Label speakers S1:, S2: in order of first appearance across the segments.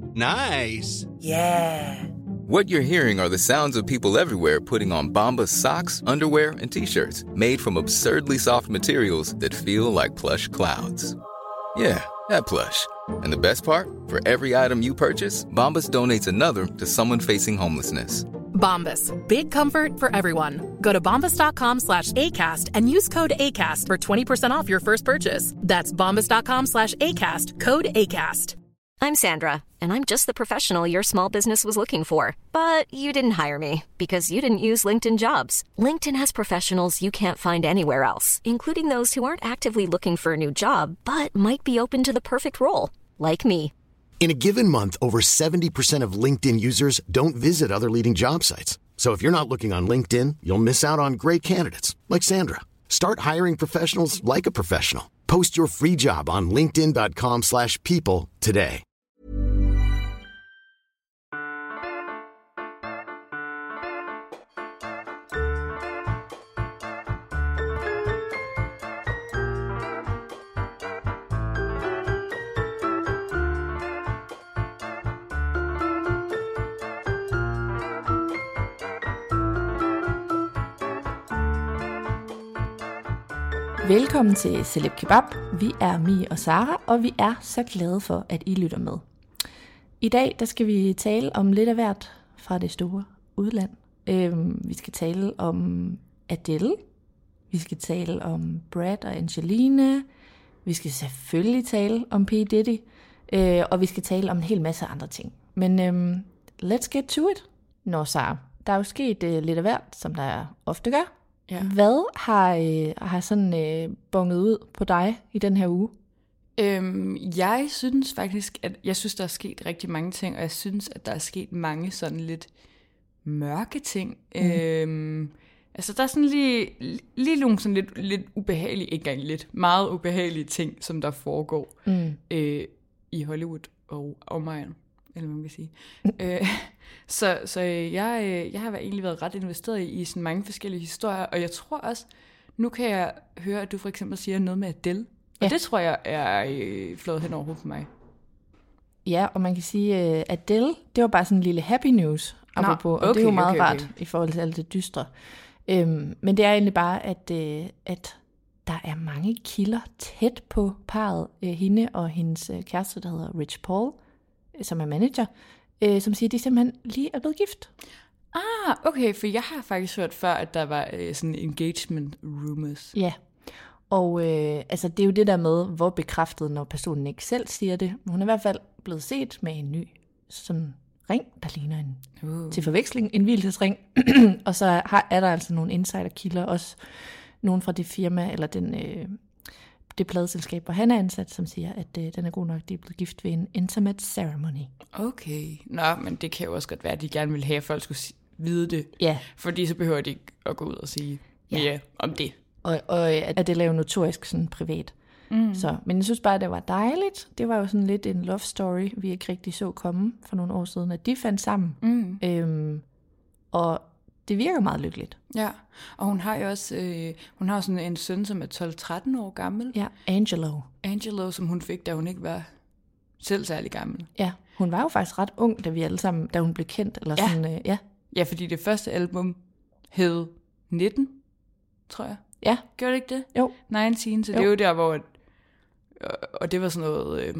S1: Nice.
S2: Yeah.
S3: What you're hearing are the sounds of people everywhere putting on Bombas socks, underwear, and T-shirts made from absurdly soft materials that feel like plush clouds. Yeah, that plush. And the best part? For every item you purchase, Bombas donates another to someone facing homelessness.
S4: Bombas. Big comfort for everyone. Go to bombas.com/ACAST and use code ACAST for 20% off your first purchase. That's bombas.com/ACAST. Code ACAST.
S5: I'm Sandra, and I'm just the professional your small business was looking for. But you didn't hire me because you didn't use LinkedIn Jobs. LinkedIn has professionals you can't find anywhere else, including those who aren't actively looking for a new job, but might be open to the perfect role, like me.
S6: In a given month, over 70% of LinkedIn users don't visit other leading job sites. So if you're not looking on LinkedIn, you'll miss out on great candidates like Sandra. Start hiring professionals like a professional. Post your free job on linkedin.com/people today.
S7: Velkommen til Celeb Kebab. Vi er Mie og Sara, og vi er så glade for, at I lytter med. I dag der skal vi tale om lidt af hvert fra det store udland. Vi skal tale om Adele. Vi skal tale om Brad og Angelina. Vi skal selvfølgelig tale om P. Diddy. Og vi skal tale om en hel masse andre ting. Men let's get to it. Nå, Sara, der er jo sket lidt af hvert, som der ofte gør. Ja. Hvad har sådan bonget ud på dig i den her uge?
S8: Jeg synes faktisk, at der er sket rigtig mange ting, og jeg synes, at der er sket mange sådan lidt mørke ting. Altså der er sådan lige nogle sådan lidt ubehagelige, ikke engang lidt, meget ubehagelige ting, som der foregår i Hollywood og omegn, eller hvad man kan sige. Så jeg har egentlig været ret investeret i sådan mange forskellige historier, og jeg tror også, nu kan jeg høre, at du for eksempel siger noget med Adele, og det tror jeg er flået hen over hovedet for mig.
S7: Ja, og man kan sige, at Adele, det var bare sådan en lille happy news, apropos, og det er jo meget rart i forhold til alt det dystre. Men det er egentlig bare, at der er mange kilder tæt på parret, hende og hendes kæreste, der hedder Rich Paul, som er manager, som siger, at de simpelthen lige er blevet gift.
S8: Okay, for jeg har faktisk hørt før, at der var sådan engagement rumors.
S7: Ja, og altså det er jo det der med, hvor bekræftet, når personen ikke selv siger det. Hun er i hvert fald blevet set med en ny sådan ring, der ligner en til forveksling, en hvilesring. Og så er der altså nogle insiderkilder, også nogen fra det firma, eller det pladeselskab, hvor han er ansat, som siger, at den er god nok, de er blevet gift ved en intimate ceremony.
S8: Okay. Nå, men det kan jo også godt være, at de gerne vil have, at folk skulle vide det.
S7: Ja.
S8: Fordi så behøver de ikke at gå ud og sige mere om det.
S7: Og at det er jo notorisk sådan privat. Så, men jeg synes bare, at det var dejligt. Det var jo sådan lidt en love story, vi ikke rigtig så komme for nogle år siden, at de fandt sammen. Og det virker meget lykkeligt.
S8: Ja, og hun har jo også hun har sådan en søn, som er 12-13 år gammel.
S7: Ja, Angelo,
S8: som hun fik, da hun ikke var selv særlig gammel.
S7: Ja, hun var jo faktisk ret ung, da vi alle sammen, da hun blev kendt. Eller sådan,
S8: Ja, fordi det første album hed 19, tror jeg.
S7: Ja.
S8: Gjorde det ikke det?
S7: Jo.
S8: 19, så det er jo der, hvor og det var sådan noget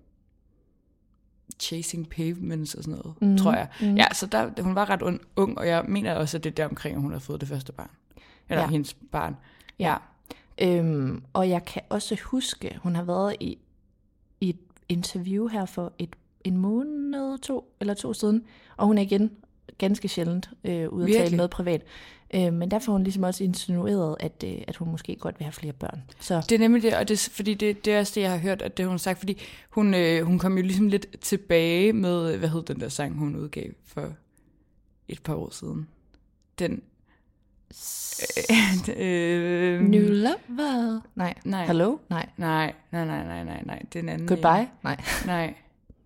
S8: Chasing Pavements og sådan noget, tror jeg. Ja, så hun var ret ung, og jeg mener også, at det er der omkring, at hun har fået det første barn. Eller hendes barn. Ja.
S7: Og jeg kan også huske, hun har været i et interview her for en måned, to siden, og hun er igen ganske sjældent ude at tale noget privat. Men derfor har hun ligesom også insinueret, at hun måske godt vil have flere børn. Så.
S8: Det er nemlig det, og fordi det er også det, jeg har hørt, at det hun har sagt, fordi hun kom jo ligesom lidt tilbage med, hvad hed den der sang, hun udgav for et par år siden. Den
S7: New Lover? Nej. Hello? Nej.
S8: Nej. Den anden.
S7: Goodbye?
S8: Nej.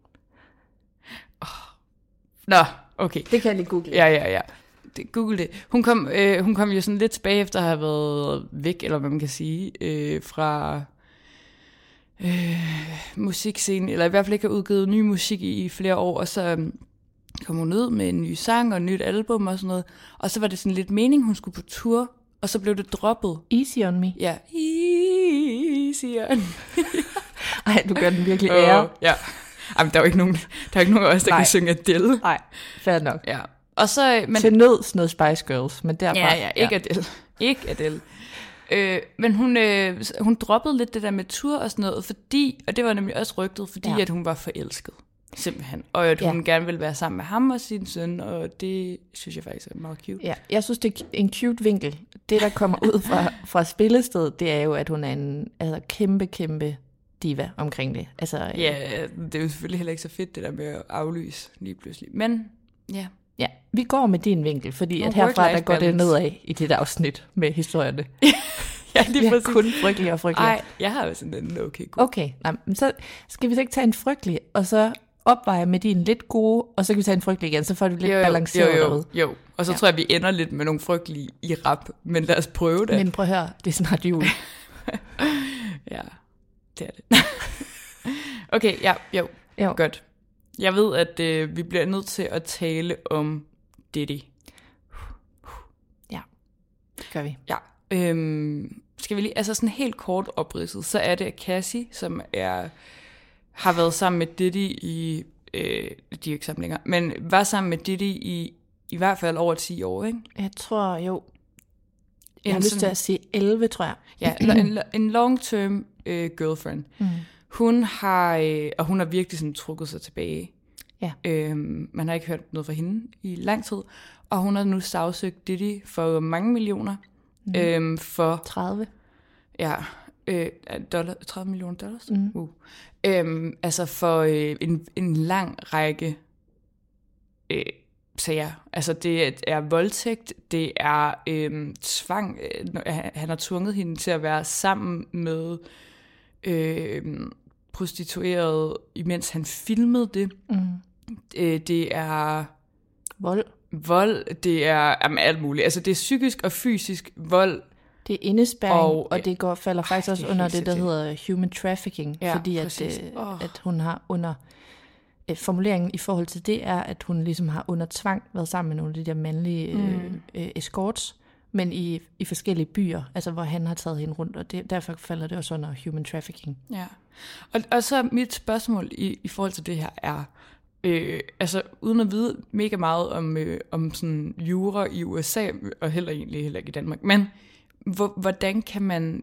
S8: Nå, okay.
S7: Det kan jeg lige google.
S8: Ja. Google det. Hun kom jo sådan lidt tilbage efter at have været væk, eller hvad man kan sige, fra musikscene, eller i hvert fald ikke har udgivet ny musik i flere år, og så kom hun ud med en ny sang og et nyt album og sådan noget, og så var det sådan lidt mening, hun skulle på tur, og så blev det droppet.
S7: Easy on me.
S8: Ja, easy on me.
S7: Ej, du gør den virkelig ære.
S8: Ja. Jamen, der er jo ikke nogen af os, der kan synge Adele.
S7: Nej, fair nok.
S8: Ja. Og så, men,
S7: til nød sådan noget Spice Girls, men derfra...
S8: Ja, ikke Adele. Ikke Adele. Men hun droppede lidt det der med tur og sådan noget, fordi, og det var nemlig også rygtet, fordi at hun var forelsket, simpelthen. Og at hun gerne ville være sammen med ham og sin søn, og det synes jeg faktisk er meget cute.
S7: Ja, jeg synes, det er en cute vinkel. Det, der kommer ud fra spillestedet, det er jo, at hun er en kæmpe diva omkring det. Altså,
S8: ja, det er jo selvfølgelig heller ikke så fedt, det der med at aflyse lige pludselig. Men, ja.
S7: Ja, vi går med din vinkel, fordi at herfra der går det nedad i dit afsnit med historierne.
S8: Ja, lige præcis.
S7: Kun frygtelig og frygtelig.
S8: Nej, jeg har jo sådan en okay god.
S7: Okay, så skal vi så ikke tage en frygtelig, og så opveje med din lidt gode, og så kan vi tage en frygtelig igen, så får du lidt balanceret derude.
S8: Jo, og så tror jeg, vi ender lidt med nogle frygtelige i rap, men lad os prøve det.
S7: Men prøv at høre, det er snart jul.
S8: Ja, det er det. Okay, jo, godt. Jeg ved, at vi bliver nødt til at tale om Diddy.
S7: Ja, det gør vi.
S8: Ja. Skal vi lige, altså sådan helt kort opridset, så er det, at Cassie, som har været sammen med Diddy i, de er jo ikke sammen længere, men var sammen med Diddy i hvert fald over 10 år, ikke?
S7: Jeg tror jo, jeg har lyst til at sige 11, tror jeg. Ja,
S8: en long-term girlfriend. Hun har virkelig sådan trukket sig tilbage.
S7: Ja.
S8: Man har ikke hørt noget fra hende i lang tid, og hun har nu sagsøgt Diddy for mange millioner. For
S7: 30.
S8: Ja, $30 millioner. Altså for en lang række sager. Altså det er voldtægt, det er tvang. Han har tvunget hende til at være sammen med prostituerede, imens han filmede det. Det er vold, det er alt muligt. Altså det er psykisk og fysisk vold.
S7: Det er indespærring, og det falder faktisk også under det, der hedder human trafficking, fordi at hun har under formuleringen i forhold til det er, at hun ligesom har under tvang været sammen med nogle af de der mandlige escorts, men i forskellige byer, altså hvor han har taget hende rundt, og derfor falder det også under human trafficking. Ja,
S8: og så mit spørgsmål i forhold til det her er, altså uden at vide mega meget om sådan jura i USA, og heller ikke i Danmark, men hvordan kan man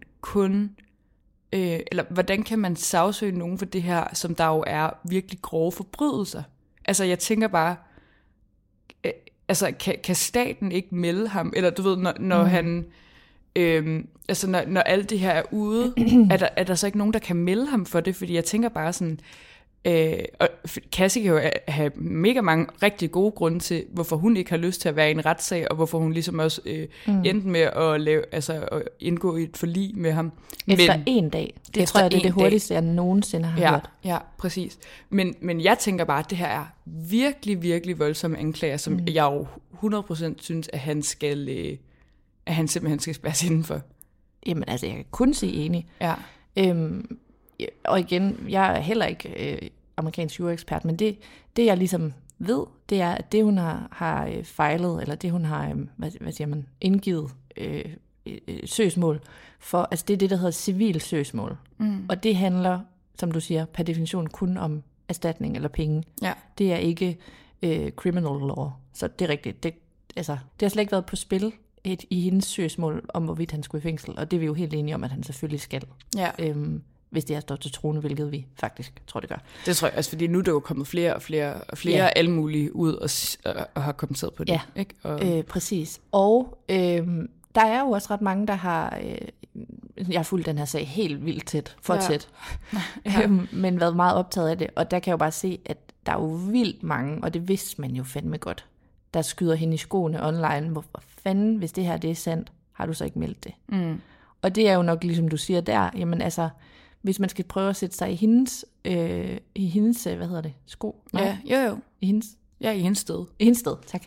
S8: hvordan kan man sagsøge nogen for det her, som der jo er virkelig grove forbrydelser? Altså jeg tænker bare, altså kan staten ikke melde ham, eller du ved, når han, altså når alt det her er ude, er der så ikke nogen, der kan melde ham for det? Fordi jeg tænker bare sådan, og Cassie kan jo have mega mange rigtig gode grunde til, hvorfor hun ikke har lyst til at være i en retssag, og hvorfor hun ligesom også endte med at indgå i et forlig med ham.
S7: Efter en dag. Det tror jeg, det er det hurtigste, jeg nogensinde har hørt.
S8: Ja, præcis. Men jeg tænker bare, at det her er virkelig, virkelig voldsomme anklager, som jeg jo 100% synes, at han simpelthen skal spærres indenfor.
S7: Jamen altså, jeg kan kun sige enig. Ja. Og igen, jeg er heller ikke amerikansk jurekspert, men det jeg ligesom ved, det er, at det hun har fejlet, eller det hun har, hvad siger man, indgivet søgsmål for, altså det er det, der hedder civil søgsmål. Og det handler, som du siger, per definition kun om erstatning eller penge. Ja. Det er ikke criminal law, så det er rigtigt. Det har slet ikke været på spil i hendes søgsmål om, hvorvidt han skulle i fængsel, og det er vi jo helt enige om, at han selvfølgelig skal. Ja. Hvis det her står til trone, hvilket vi faktisk tror, det gør.
S8: Det tror jeg også, fordi nu er der jo kommet flere og flere alle mulige ud og har kommenteret på det.
S7: Ja, ikke? Præcis. Og der er jo også ret mange, der har... jeg har fulgt den her sag helt vildt tæt, tæt. Ja. Men været meget optaget af det. Og der kan jeg jo bare se, at der er jo vildt mange, og det vidste man jo fandme godt, der skyder hende i skoene online. Hvorfor fanden, hvis det her det er sandt, har du så ikke meldt det? Og det er jo nok, ligesom du siger der, jamen altså... Hvis man skal prøve at sætte sig i hendes hvad hedder det, sko?
S8: Nej? Ja, jo.
S7: I hendes?
S8: Ja, i hendes sted.
S7: I hendes sted, tak.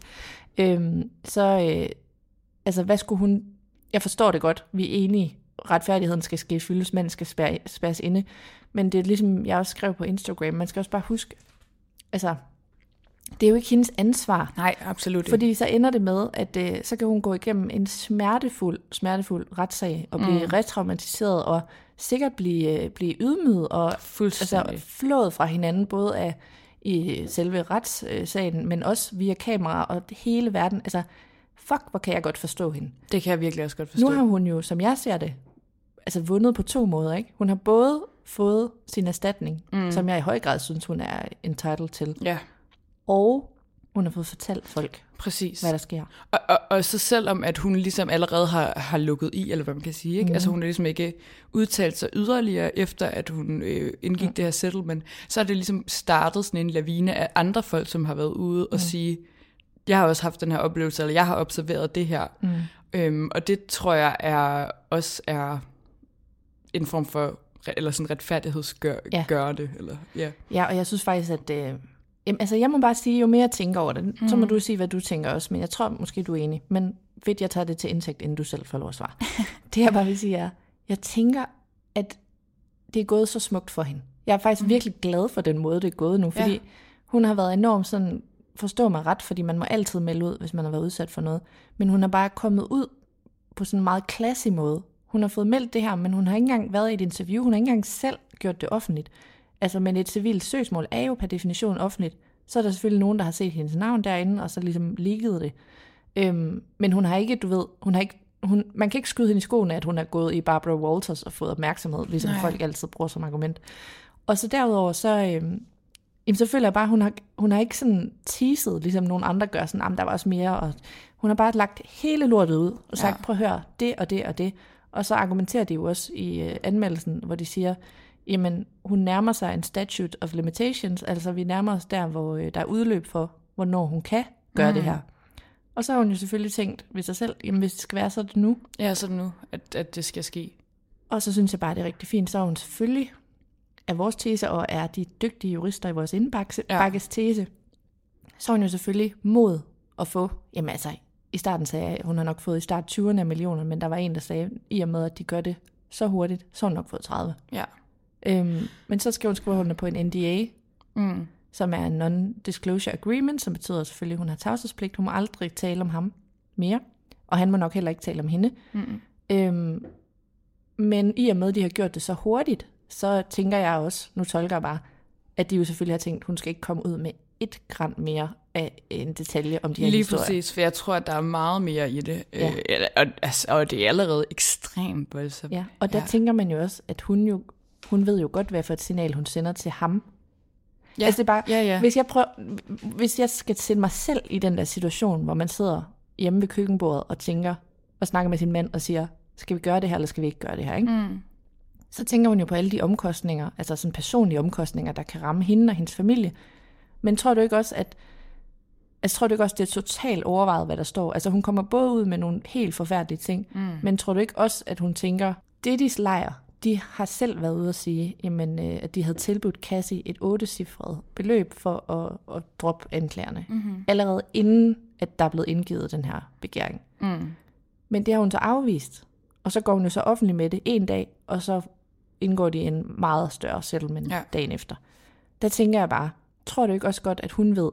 S7: Altså, hvad skulle hun... Jeg forstår det godt, vi er enige. Retfærdigheden skal ske fyldes, manden skal spærres inde. Men det er ligesom, jeg også skrev på Instagram, man skal også bare huske, altså, det er jo ikke hendes ansvar.
S8: Nej, absolut ikke.
S7: Fordi så ender det med, at så kan hun gå igennem en smertefuld retssag, og blive retraumatiseret, og sikkert blive ydmyget, og altså, flået fra hinanden, både af i selve retssagen, men også via kamera og hele verden. Altså, fuck, hvor kan jeg godt forstå hende.
S8: Det kan jeg virkelig også godt forstå.
S7: Nu har hun jo, som jeg ser det, altså vundet på 2 måder, ikke? Hun har både fået sin erstatning, som jeg i høj grad synes, hun er entitled til.
S8: Ja.
S7: Og hun har fået fortalt folk,
S8: præcis,
S7: hvad der sker.
S8: Og så selvom, at hun ligesom allerede har lukket i, eller hvad man kan sige, ikke? Altså hun har ligesom ikke udtalt sig yderligere, efter at hun indgik det her settlement, så er det ligesom startet sådan en lavine af andre folk, som har været ude og sige, jeg har også haft den her oplevelse, eller jeg har observeret det her. Og det tror jeg også er en form for, eller sådan retfærdighedsgørende. Eller,
S7: ja, og jeg synes faktisk, at altså jeg må bare sige, jo mere jeg tænker over det, så må du sige, hvad du tænker også, men jeg tror måske, du er enig. Men fedt, jeg tager det til indtægt, inden du selv får lov at svare. Det jeg bare vil sige er, jeg tænker, at det er gået så smukt for hende. Jeg er faktisk virkelig glad for den måde, det er gået nu, fordi hun har været enormt sådan, forstå mig ret, fordi man må altid melde ud, hvis man har været udsat for noget. Men hun har bare kommet ud på sådan en meget classy måde. Hun har fået meldt det her, men hun har ikke engang været i et interview. Hun har ikke engang selv gjort det offentligt. Altså, men et civilt søgsmål er jo per definition offentligt. Så er der selvfølgelig nogen, der har set hendes navn derinde, og så ligesom leaget det. Men hun har ikke, du ved, man kan ikke skyde hende i skoene, at hun er gået i Barbara Walters og fået opmærksomhed, ligesom folk altid bruger som argument. Og så derudover, så føler jeg bare, hun har ikke sådan teaset, ligesom nogle andre gør, sådan, der var også mere, og hun har bare lagt hele lortet ud, og sagt, prøv at høre, det og det og det. Og så argumenterer de jo også i anmeldelsen, hvor de siger, jamen, hun nærmer sig en statute of limitations, altså vi nærmer os der, hvor der er udløb for, hvornår hun kan gøre det her. Og så har hun jo selvfølgelig tænkt ved sig selv, jamen hvis det skal være, så er det nu.
S8: Ja, så er det nu, at det skal ske.
S7: Og så synes jeg bare, det er rigtig fint. Så er hun selvfølgelig af vores tese, og er de dygtige jurister i vores indbakkes tese, så er hun jo selvfølgelig mod at få, jamen altså, i starten sagde jeg, hun har nok fået i start 20'erne af millioner, men der var en, der sagde, i og med, at de gør det så hurtigt, så har hun nok fået 30.
S8: Ja.
S7: Men så skal hun skrive under på en NDA, som er en non-disclosure agreement, som betyder selvfølgelig, at hun har tavshedspligt. Hun må aldrig tale om ham mere, og han må nok heller ikke tale om hende. Men i og med, at de har gjort det så hurtigt, så tænker jeg også, nu tolker jeg bare, at de jo selvfølgelig har tænkt, at hun skal ikke komme ud med 1 gram mere af en detalje om de her historier. Lige
S8: præcis, for jeg tror, at der er meget mere i det. Ja. Og det er allerede ekstremt voldsomt.
S7: Ja, og der tænker man jo også, at hun ved jo godt, hvad for et signal hun sender til ham. Ja. Altså det er bare, hvis jeg skal sætte mig selv i den der situation, hvor man sidder hjemme ved køkkenbordet og tænker, og snakker med sin mand og siger, skal vi gøre det her, eller skal vi ikke gøre det her, ikke? Så tænker hun jo på alle de omkostninger, altså sådan personlige omkostninger, der kan ramme hende og hendes familie. Men tror du ikke også, at det er totalt overvejet, hvad der står? Altså hun kommer både ud med nogle helt forfærdelige ting, men tror du ikke også, at hun tænker, Diddys lejr, de har selv været ude at sige, jamen, at de havde tilbudt Cassie et 8-cifret beløb for at droppe anklagerne. Allerede inden, at der er blevet indgivet den her begæring. Men det har hun så afvist. Og så går hun jo så offentlig med det en dag, og så indgår de en meget større settlement dagen efter. Der tænker jeg bare, tror du ikke også godt, at hun ved,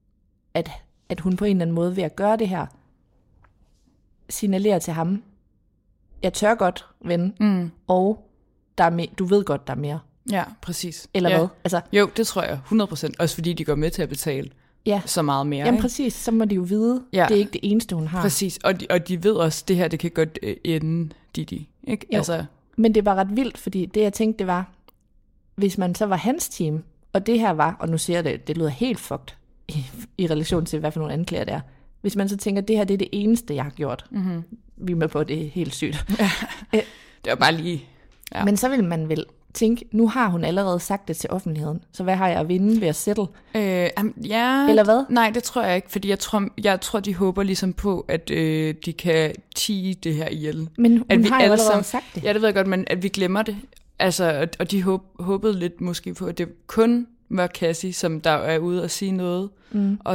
S7: at hun på en eller anden måde ved at gøre det her, signalerer til ham, jeg tør godt, ven, og der er du ved godt, der er mere.
S8: Ja, præcis.
S7: Eller hvad? Altså,
S8: jo, det tror jeg 100%. Også fordi de går med til at betale så meget mere.
S7: Jamen præcis, så må de jo vide, det er ikke det eneste, hun har.
S8: Præcis, og de ved også, det her, det kan godt ende Diddy. Ikke? Altså.
S7: Men det var ret vildt, fordi det jeg tænkte, det var, hvis man så var hans team, og det her var, og nu siger jeg det lyder helt fucked i relation til, hvad for nogle anklager det er. Hvis man så tænker, det her det er det eneste, jeg har gjort. Vi er med på, at det er helt sygt.
S8: Det var bare lige. Ja.
S7: Men så vil man vel tænke, nu har hun allerede sagt det til offentligheden, så hvad har jeg at vinde ved at settle? Eller hvad?
S8: Nej, det tror jeg ikke, fordi jeg tror, de håber ligesom på, at de kan tie det her ihjel.
S7: Men hun har jo allerede sagt det.
S8: Ja, det ved jeg godt, men at vi glemmer det. Altså, og de håbede lidt måske på, at det kun var Cassie, som der er ude og sige noget, og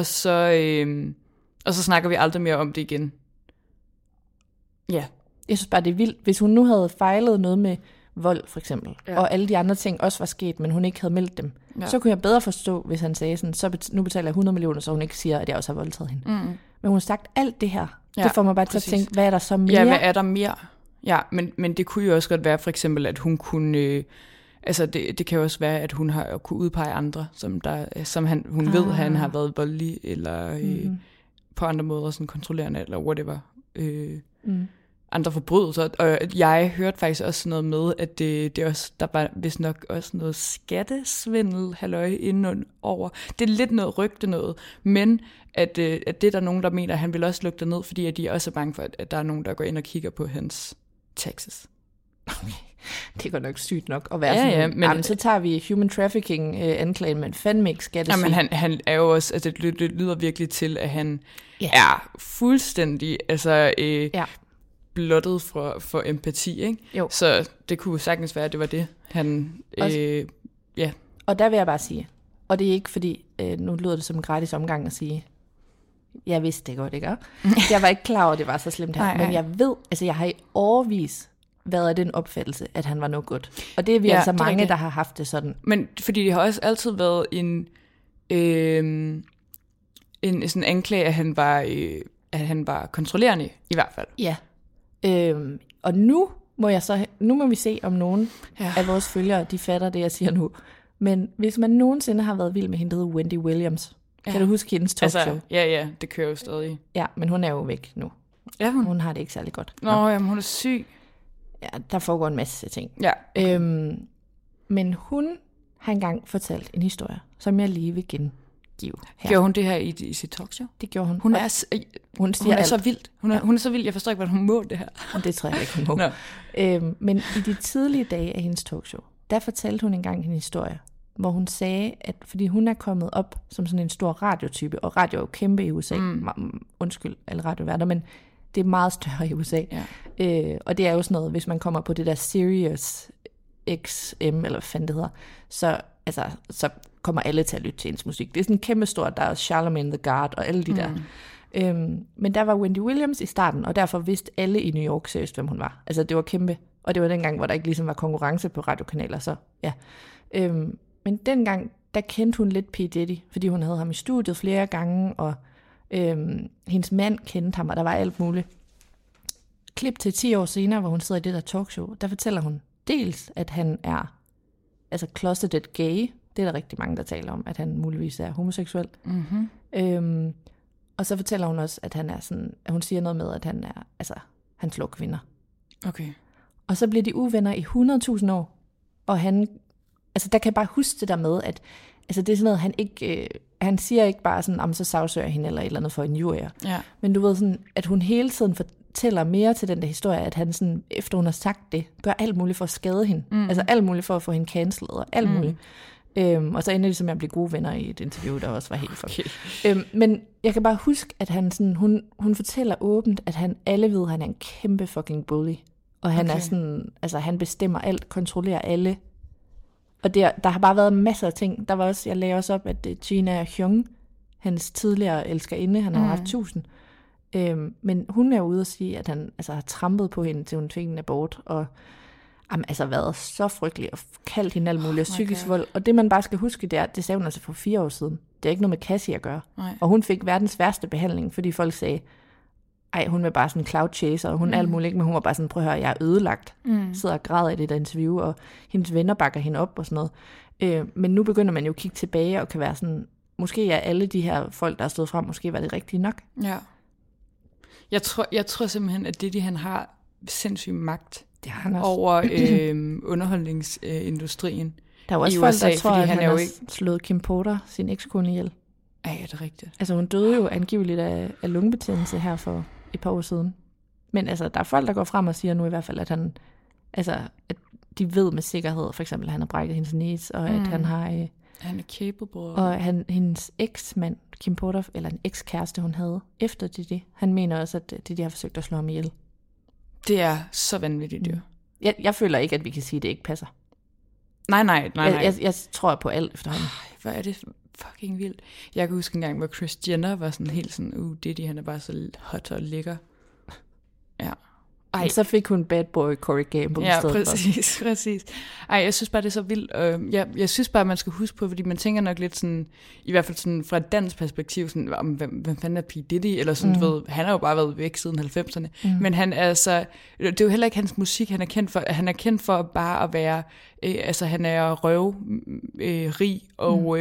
S8: så snakker vi aldrig mere om det igen. Ja.
S7: Jeg synes bare, det er vildt. Hvis hun nu havde fejlet noget med vold for eksempel, og alle de andre ting også var sket, men hun ikke havde meldt dem, så kunne jeg bedre forstå, hvis han sagde sådan, så nu betaler jeg 100 millioner, så hun ikke siger, at jeg også har voldtaget hende. Men hun har sagt alt det her. Det får mig bare til at tænke, hvad er der så mere?
S8: Ja, hvad er der mere? Ja, men det kunne jo også godt være for eksempel, at hun kunne... altså det kan jo også være, at hun har kunne udpege andre, som hun ved, han har været voldelig, eller på andre måder sådan kontrollerende, eller whatever. Andre forbrydelser. Og jeg hørte faktisk også noget med, at det også, der var vist nok også noget skattesvindel, halløj, inden over. Det er lidt noget rygte noget, men at det er der nogen, der mener, at han vil også lukke det ned, fordi at de er også bange for, at der er nogen, der går ind og kigger på hans taxes.
S7: Okay. Det går nok sygt nok at være sådan, men så tager vi human trafficking anklagen, men fandme ikke skattesvindel.
S8: Ja, men han er jo også, altså det lyder virkelig til, at han er fuldstændig, altså blottet for empati, ikke? Jo. Så det kunne sagtens være, at det var det, han...
S7: Og der vil jeg bare sige, og det er ikke fordi, nu lyder det som en gratis omgang at sige, jeg vidste det godt, ikke? Jeg var ikke klar over, at det var så slemt her, men jeg ved, altså jeg har i årevis været af den opfattelse, at han var noget godt. Og det er vi altså mange, der har haft det sådan.
S8: Men fordi det har også altid været en sådan anklage, at han var kontrollerende, i hvert fald.
S7: Ja. Og nu må vi se, om nogen af vores følgere, de fatter det, jeg siger nu. Men hvis man nogensinde har været vild med hende, der hedder Wendy Williams, kan du huske hendes talkshow?
S8: Altså, ja, det kører jo stadig.
S7: Ja, men hun er jo væk nu.
S8: Ja,
S7: hun har det ikke særlig godt.
S8: Jamen hun er syg.
S7: Ja, der foregår en masse ting.
S8: Ja.
S7: Men hun har engang fortalt en historie, som jeg lige vil gengive her.
S8: Gjorde hun det her i sit talkshow?
S7: Det gjorde hun.
S8: Hun er så vildt. Hun er så vild. Jeg forstår ikke, hvad hun må det her.
S7: Det tror jeg ikke, hun må. Men i de tidlige dage af hendes talkshow, der fortalte hun engang en historie, hvor hun sagde, at fordi hun er kommet op som sådan en stor radiotype, og radio er jo kæmpe i USA. Undskyld alle radioværter, men det er meget større i USA. Ja. Og det er jo sådan noget, hvis man kommer på det der Sirius XM, eller hvad fanden det hedder, så kommer alle til at lytte til hendes musik. Det er sådan kæmpe stort, der er Charlemagne the God og alle de der. Men der var Wendy Williams i starten, og derfor vidste alle i New York seriøst, hvem hun var. Altså det var kæmpe, og det var dengang, hvor der ikke ligesom var konkurrence på radiokanaler, så ja. Men dengang, der kendte hun lidt P. Diddy, fordi hun havde ham i studiet flere gange, og hendes mand kendte ham, og der var alt muligt. Klip til 10 år senere, hvor hun sidder i det der talkshow, der fortæller hun dels, at han er closeted gay. Det er der rigtig mange, der taler om, at han muligvis er homoseksuel. Og så fortæller hun også, at han er sådan, at hun siger noget med, at han slår kvinder.
S8: Okay.
S7: Og så bliver de uvenner i 100.000 år, og han, der kan jeg bare huske det der med, at det er sådan noget, han ikke, han siger ikke bare sådan, så sagsøger hende eller et eller andet for en jurier. Ja. Men du ved sådan, at hun hele tiden fortæller mere til den der historie, at han sådan, efter hun har sagt det, gør alt muligt for at skade hende. Altså alt muligt for at få hende cancelet og alt muligt. Og så ender det som at blive gode venner i et interview, der også var helt fucked. Men jeg kan bare huske, at han sådan, hun fortæller åbent, at alle ved, at han er en kæmpe fucking bully. Og han er sådan, han bestemmer alt, kontrollerer alle. Og der har bare været masser af ting. Der var også, jeg lagde også op, at Gina Hyung, hans tidligere elskerinde, han har haft 1000. Men hun er ude og sige, at han har trampet på hende, til hun fik en abort, og været så frygtelig, og kaldt hende alt muligt, psykisk vold. Og det man bare skal huske, det sagde hun for 4 år siden. Det er ikke noget med Cassie at gøre. Nej. Og hun fik verdens værste behandling, fordi folk sagde, hun var bare sådan en cloud chaser, og hun alt muligt ikke, men hun var bare sådan, prøv at høre, jeg er ødelagt. Sidder og græder i det der interview, og hendes venner bakker hende op og sådan noget. Men nu begynder man jo at kigge tilbage, og kan være sådan, måske er alle de her folk, der er stået frem, måske var det rigtigt nok. Ja.
S8: Jeg tror simpelthen, at det han har sindssyg magt
S7: han
S8: over underholdningsindustrien.
S7: Der er også folk, USA, der tror, at han har slået Kim Porter, sin ekskone, ihjel.
S8: Ja, det er rigtigt.
S7: Hun døde jo angiveligt af lungebetændelse her for et par år siden. Men der er folk, der går frem og siger nu i hvert fald, at han, at de ved med sikkerhed, for eksempel, at han har brækket hendes knees, og at han har...
S8: han er capable.
S7: Og hendes eksmand, Kim Porter, eller en ekskæreste, hun havde efter det, han mener også, at de har forsøgt at slå ham ihjel.
S8: Det er så vanvittigt, jo.
S7: Jeg føler ikke, at vi kan sige, at det ikke passer.
S8: Nej.
S7: Jeg tror på alt efterhånden.
S8: Hvor er det fucking vildt. Jeg kan huske en gang, hvor Kris Jenner var sådan helt sådan, Diddy, han er bare så hot og lækker. Ja.
S7: Ej. Så fik hun bad boy Corey Gamble i stedet
S8: for. Præcis. Ej, jeg synes bare, det er så vildt. Jeg synes bare, man skal huske på, fordi man tænker nok lidt sådan, i hvert fald sådan fra et dansk perspektiv, sådan, hvem fanden er P. Diddy? Eller sådan, du ved, han har jo bare været væk siden 90'erne. Men han er altså, det er jo heller ikke hans musik, han er kendt for bare at være, han er røvrig og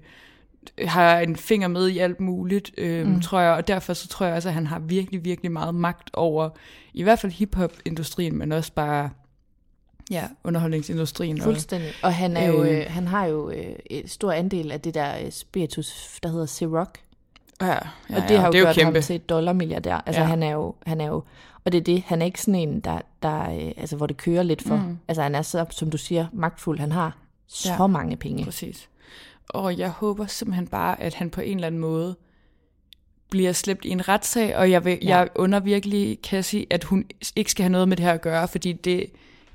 S8: har en finger med i alt muligt, tror jeg, og derfor så tror jeg også, at han har virkelig, virkelig meget magt over, i hvert fald hiphop-industrien, men også bare, underholdningsindustrien.
S7: Fuldstændig, og han er jo, han har jo et stor andel af det der spiritus, der hedder Ciroc.
S8: Ja,
S7: og det har jo gjort ham til $-milliardær. Altså han er jo, og det er det, han er ikke sådan en, der hvor det kører lidt for. Altså han er så, som du siger, magtfuld, han har så mange penge.
S8: Præcis. Og jeg håber simpelthen bare, at han på en eller anden måde bliver slæbt i en retssag, og jeg under virkelig kan sige, at hun ikke skal have noget med det her at gøre, fordi det,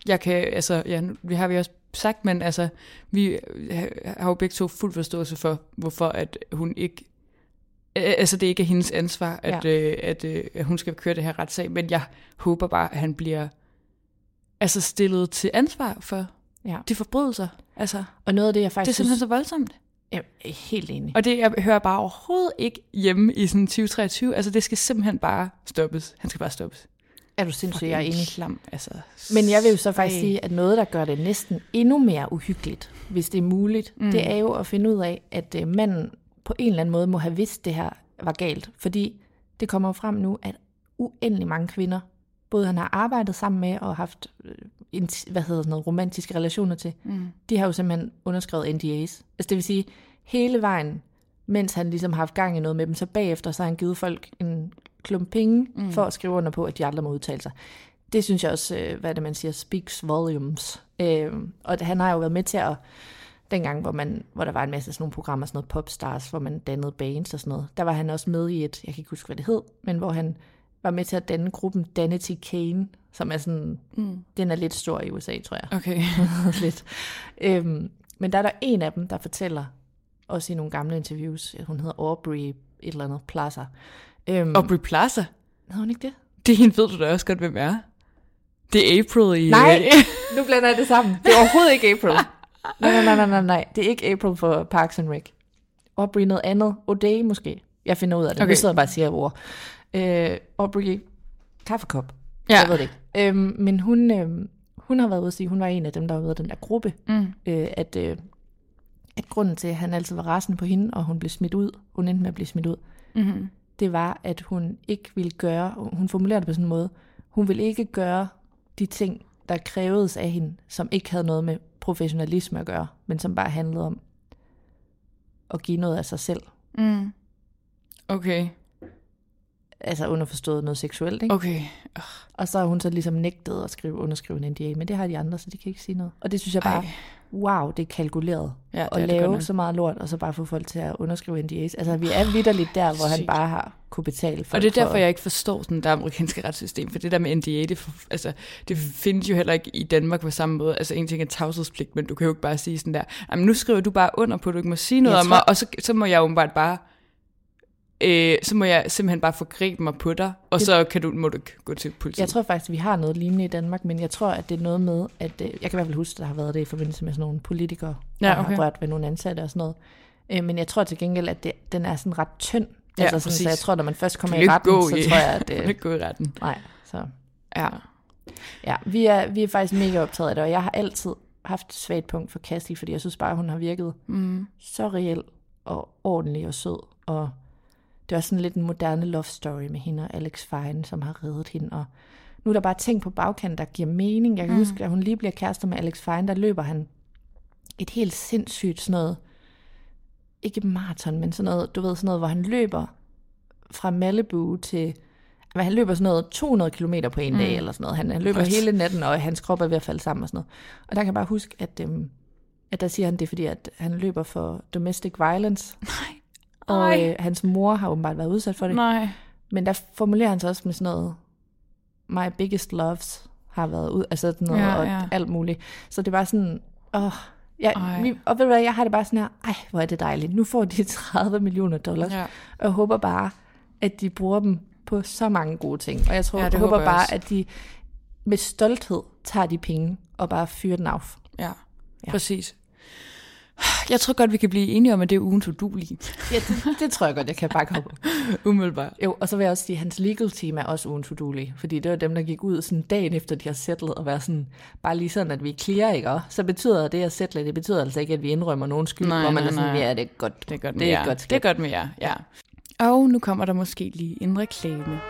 S8: vi har vi også sagt, men altså, vi har jo begge to fuld forståelse for, hvorfor at hun ikke, det ikke er hendes ansvar, at hun skal køre det her retssag, men jeg håber bare, at han bliver stillet til ansvar for de forbrydelser.
S7: Og noget af det, jeg faktisk...
S8: Det er simpelthen så voldsomt.
S7: Jeg er helt enig.
S8: Og det, jeg hører bare overhovedet ikke hjemme i sådan 2023. Det skal simpelthen bare stoppes. Han skal bare stoppes.
S7: Er du sindssygt, jeg er enig.
S8: Klam,
S7: Men jeg vil jo så faktisk sige, at noget, der gør det næsten endnu mere uhyggeligt, hvis det er muligt, det er jo at finde ud af, at manden på en eller anden måde må have vidst, det her var galt. Fordi det kommer jo frem nu, at uendelig mange kvinder, både han har arbejdet sammen med og haft romantiske relationer til, de har jo simpelthen underskrevet NDA's. Det vil sige, hele vejen, mens han ligesom har haft gang i noget med dem, så bagefter så har han givet folk en klump penge for at skrive under på, at de aldrig må udtale sig. Det synes jeg også, hvad det man siger, speaks volumes. Og han har jo været med til at, dengang hvor der var en masse sådan nogle programmer, sådan noget Popstars, hvor man dannede bands og sådan noget, der var han også med i et, jeg kan ikke huske, hvad det hed, men hvor han var med til at danne gruppen Danity Kane, som er sådan, den er lidt stor i USA, tror jeg.
S8: Okay.
S7: lidt. Men der er en af dem, der fortæller, også i nogle gamle interviews, hun hedder Aubrey et eller andet Plaza.
S8: Aubrey Plaza?
S7: Hedder hun ikke det?
S8: Det er hende, ved du da også godt, hvem er. Det er April i...
S7: Nej, nu blander jeg det sammen. Det er overhovedet ikke April. Nej. Det er ikke April for Parks and Rec. Aubrey noget andet. O'Day måske. Jeg finder ud af det. Okay. Nu sidder jeg bare og siger ord. Aubrey kaffekop. Jeg ved det ikke. Men hun har været ude at sige, hun var en af dem, der var ude af den der gruppe, at grunden til, at han altid var rasende på hende, og hun blev smidt ud, hun endte med at blive smidt ud, det var, at hun ikke ville gøre, hun formulerede det på sådan en måde, hun ville ikke gøre de ting, der krævedes af hende, som ikke havde noget med professionalisme at gøre, men som bare handlede om at give noget af sig selv.
S8: Okay.
S7: Underforstået noget seksuelt, ikke?
S8: Okay.
S7: Og så har hun så ligesom nægtet at underskrive en NDA, men det har de andre, så de kan ikke sige noget. Og det synes jeg bare, wow, det er kalkuleret at lave så meget lort, og så bare få folk til at underskrive NDA's. Vi er vitterligt der, hvor han bare har kunne betale folk.
S8: Og det er derfor, jeg ikke forstår sådan det amerikanske retssystem, for det der med NDA, det findes jo heller ikke i Danmark på samme måde. En ting er tavshedspligt, men du kan jo ikke bare sige sådan der, nu skriver du bare under på, at du ikke må sige noget om mig, og så må jeg åbenbart bare så må jeg simpelthen bare forgribe mig på dig, og så må du gå til politiet.
S7: Jeg tror faktisk, vi har noget lignende i Danmark, men jeg tror, at det er noget med, at jeg kan i hvert fald huske, at der har været det i forbindelse med sådan nogle politikere, der har rørt ved nogle ansatte og sådan noget. Men jeg tror til gengæld, at den er sådan ret tynd. Så jeg tror, når man først kommer i retten, så tror jeg, at det...
S8: kan ikke gå i retten.
S7: Nej, så...
S8: Ja,
S7: vi er faktisk mega optaget af det, og jeg har altid haft et svagt punkt for Cassie, fordi jeg synes bare, hun har virket så reel og ordentlig og sød, og det var sådan lidt en moderne love story med hende og Alex Fine, som har reddet hende. Og nu er der bare ting på bagkanten, der giver mening. Jeg kan huske, at hun lige bliver kærester med Alex Fine, der løber han et helt sindssygt sådan noget, ikke maraton, men sådan noget, du ved, sådan noget, hvor han løber fra Malibu til, han løber sådan noget 200 kilometer på en dag, eller sådan noget. Han løber hele natten, og hans krop er ved at falde sammen og sådan noget. Og der kan jeg bare huske, at der siger han det, fordi at han løber for domestic violence. Og hans mor har åbenbart været udsat for det.
S8: Nej.
S7: Men der formulerer han sig også med sådan noget, my biggest loves har været ud, sådan noget, og alt muligt. Så det var sådan, og ved du hvad, jeg har det bare sådan her, hvor er det dejligt. Nu får de $30 million. Og jeg håber bare, at de bruger dem på så mange gode ting. Og jeg håber bare, at de med stolthed tager de penge og bare fyrer den af.
S8: Ja, præcis. Jeg tror godt, vi kan blive enige om, at det er ugens uduelige.
S7: Ja, det tror jeg godt, jeg kan bakke op.
S8: Umiddelbart.
S7: Jo, og så vil jeg også sige, at hans legal team er også ugens uduelige. Fordi det var dem, der gik ud sådan dagen efter, de har settlet, og være sådan, bare lige sådan, at vi clear, ikke? Og så betyder det at settle, det betyder altså ikke, at vi indrømmer nogen skyld, hvor man er sådan, ja, det er godt.
S8: Det er godt med jer. Det er godt med jer, ja. Og nu kommer der måske lige en reklame.